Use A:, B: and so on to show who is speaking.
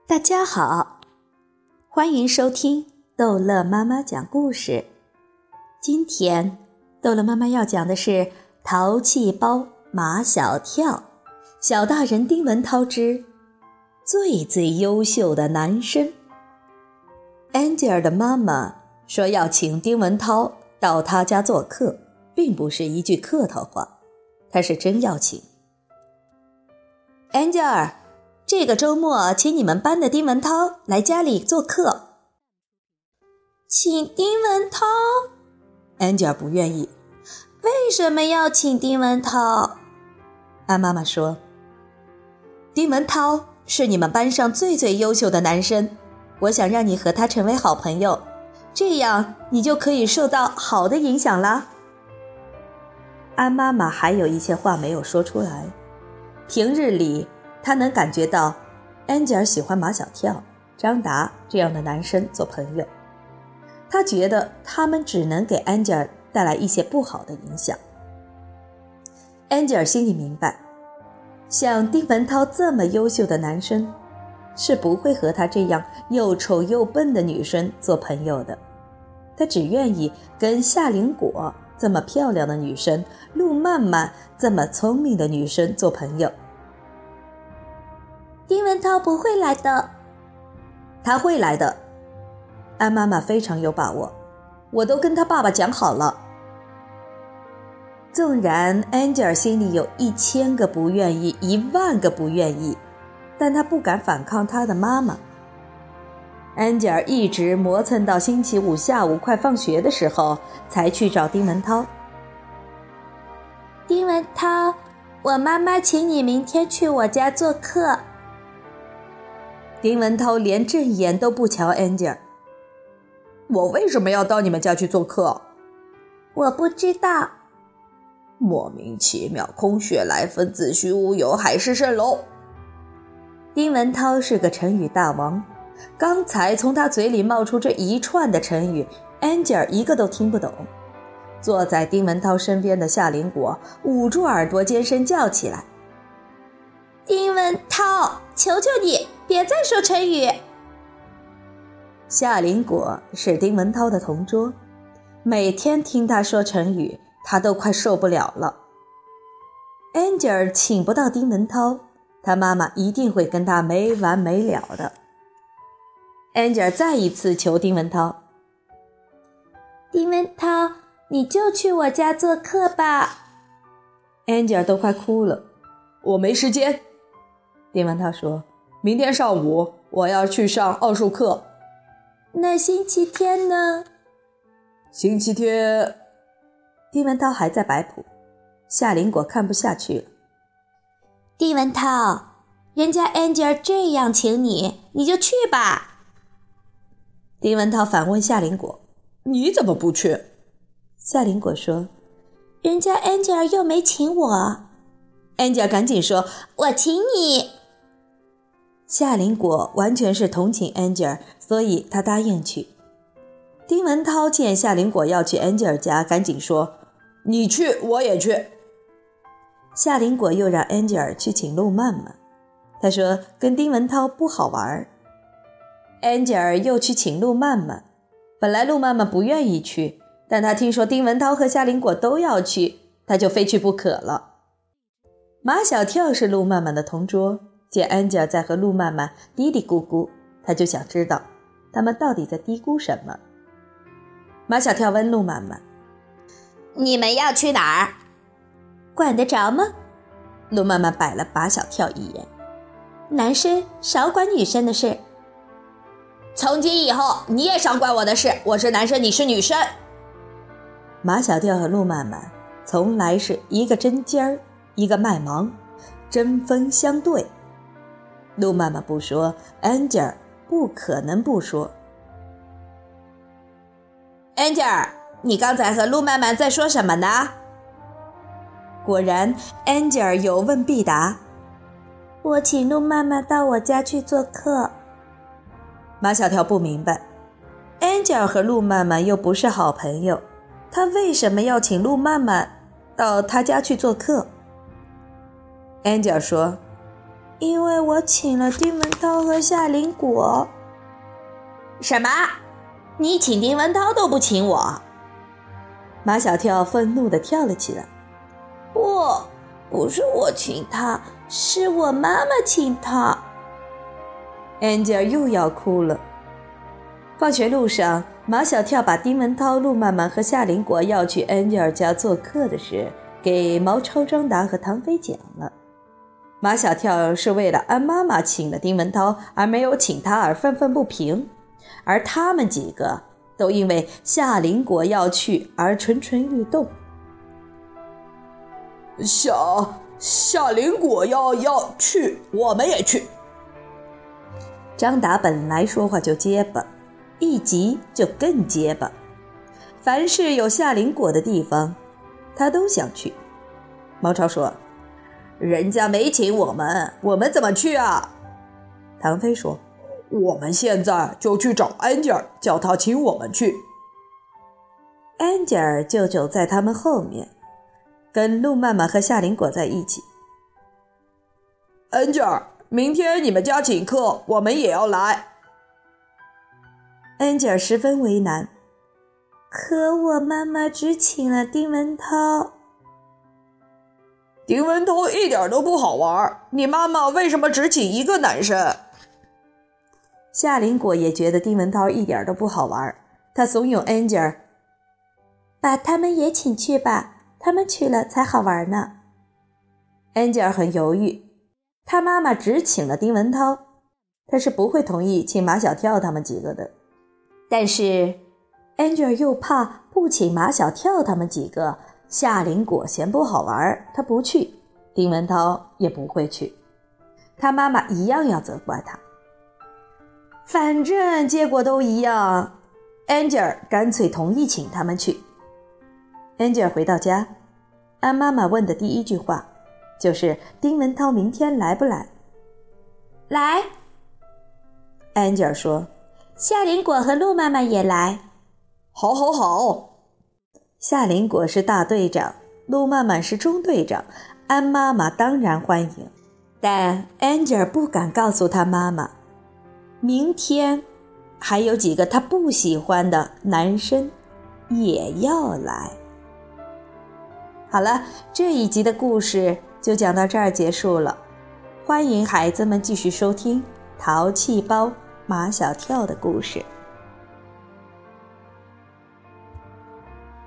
A: 大家好，欢迎收听逗乐妈妈讲故事。今天逗乐妈妈要讲的是淘气包马小跳，小大人丁文涛之最优秀的男生。安吉尔的妈妈说要请丁文涛到她家做客，并不是一句客套话，她是真要请。安吉尔，这个周末请你们班的丁文涛来家里做客。
B: 请丁文涛？
A: 安吉尔不愿意。
B: 为什么要请丁文涛？
A: 安妈妈说，丁文涛是你们班上最优秀的男生，我想让你和他成为好朋友，这样你就可以受到好的影响啦。安妈妈还有一些话没有说出来。平日里她能感觉到安吉尔喜欢马小跳、张达这样的男生做朋友，她觉得他们只能给安吉尔带来一些不好的影响。安吉尔心里明白，像丁文涛这么优秀的男生是不会和他这样又丑又笨的女生做朋友的，他只愿意跟夏林果这么漂亮的女生，陆曼曼这么聪明的女生做朋友。
B: 丁文涛不会来的。
A: 他会来的，安妈妈非常有把握，我都跟他爸爸讲好了。纵然安吉尔心里有1000个不愿意，10000个不愿意，但他不敢反抗他的妈妈。安吉尔一直磨蹭到星期五下午快放学的时候才去找丁文涛。
B: 丁文涛，我妈妈请你明天去我家做客。
A: 丁文涛连正眼都不瞧安吉尔。
C: 我为什么要到你们家去做客？
B: 我不知道。
C: 莫名其妙，空穴来风，子虚乌有，海市蜃楼。
A: 丁文涛是个成语大王，刚才从他嘴里冒出这一串的成语，安吉尔一个都听不懂。坐在丁文涛身边的夏林果捂住耳朵尖声叫起来，
B: 丁文涛，求求你别再说成语。
A: 夏林果是丁文涛的同桌，每天听他说成语他都快受不了了。安吉尔请不到丁文涛，他妈妈一定会跟他没完没了的。安吉尔再一次求丁文涛，
B: 丁文涛，你就去我家做客吧。
A: 安吉尔都快哭了。
C: 我没时间。
A: 丁文涛说，
C: 明天上午我要去上奥数课。
B: 那星期天呢？
C: 星期天。
A: 丁文涛还在摆谱，夏林果看不下去了。
B: 丁文涛，人家安吉尔这样请你，你就去吧。
A: 丁文涛反问夏林果，
C: 你怎么不去？
A: 夏林果说，
B: 人家安吉尔又没请我。
A: 安吉尔赶紧说，
B: 我请你。
A: 夏林果完全是同情安吉尔，所以他答应去。丁文涛见夏林果要去安吉尔家，赶紧说，
C: 你去我也去。
A: 夏林果又让安吉尔去请陆曼曼，他说跟丁文涛不好玩。安吉尔又去请陆曼曼，本来陆曼曼不愿意去，但他听说丁文涛和夏林果都要去，他就非去不可了。马小跳是陆曼曼的同桌，见安吉尔在和陆曼曼嘀嘀咕咕，他就想知道他们到底在嘀咕什么。马小跳问陆曼曼，
B: 你们要去哪儿？管得着吗？
A: 陆曼曼摆了马小跳一眼，
B: 男生少管女生的事。
C: 从今以后你也少管我的事，我是男生，你是女生。
A: 马小跳和陆曼曼从来是一个针尖儿一个麦芒，针锋相对。陆曼曼不说，安吉尔不可能不说。
C: 安吉尔，你刚才和陆曼曼在说什么呢？
A: 果然，安吉尔有问必答。
B: 我请陆曼曼到我家去做客。
A: 马小跳不明白，安吉尔和陆曼曼又不是好朋友，他为什么要请陆曼曼到他家去做客？安吉尔说，
B: 因为我请了丁文涛和夏林果。
A: 什么？你请丁文涛都不请我？马小跳愤怒地跳了起来。
B: 不是我请他，是我妈妈请他。
A: Angel 又要哭了。放学路上，马小跳把丁文涛、陆曼曼和夏林果要去 Angel 家做客的事给毛超、张达和唐飞讲了。马小跳是为了安妈妈请了丁文涛而没有请他而愤愤不平，而他们几个都因为夏林果要去而蠢蠢欲动。
C: 夏林果要去，我们也去。
A: 张达本来说话就结巴，一急就更结巴。凡是有夏林果的地方，他都想去。毛超说：“人家没请我们，我们怎么去啊？”唐飞说：“
C: 我们现在就去找安吉尔，叫他请我们去。”
A: 安吉尔就走在他们后面，跟陆曼曼和夏林果在一起。
C: 安吉尔，明天你们家请客，我们也要来。
A: 安吉尔十分为难，
B: 可我妈妈只请了丁文涛。
C: 丁文涛一点都不好玩，你妈妈为什么只请一个男生？
A: 夏林果也觉得丁文涛一点都不好玩，他怂恿安吉尔：“
B: 把他们也请去吧，他们去了才好玩呢。”
A: 安吉尔很犹豫，他妈妈只请了丁文涛，他是不会同意请马小跳他们几个的。但是安吉尔又怕不请马小跳他们几个，夏林果嫌不好玩，他不去，丁文涛也不会去，他妈妈一样要责怪他。反正结果都一样，安吉尔干脆同意请他们去。安吉尔回到家，安妈妈问的第一句话就是丁文涛明天来不来？
B: 来。
A: 安吉尔说：“
B: 夏林果和陆曼曼也来。”
C: 好好好。
A: 夏林果是大队长，陆曼曼是中队长，安妈妈当然欢迎，但安吉尔不敢告诉他妈妈，明天还有几个他不喜欢的男生也要来。好了，这一集的故事就讲到这儿结束了。欢迎孩子们继续收听淘气包马小跳的故事。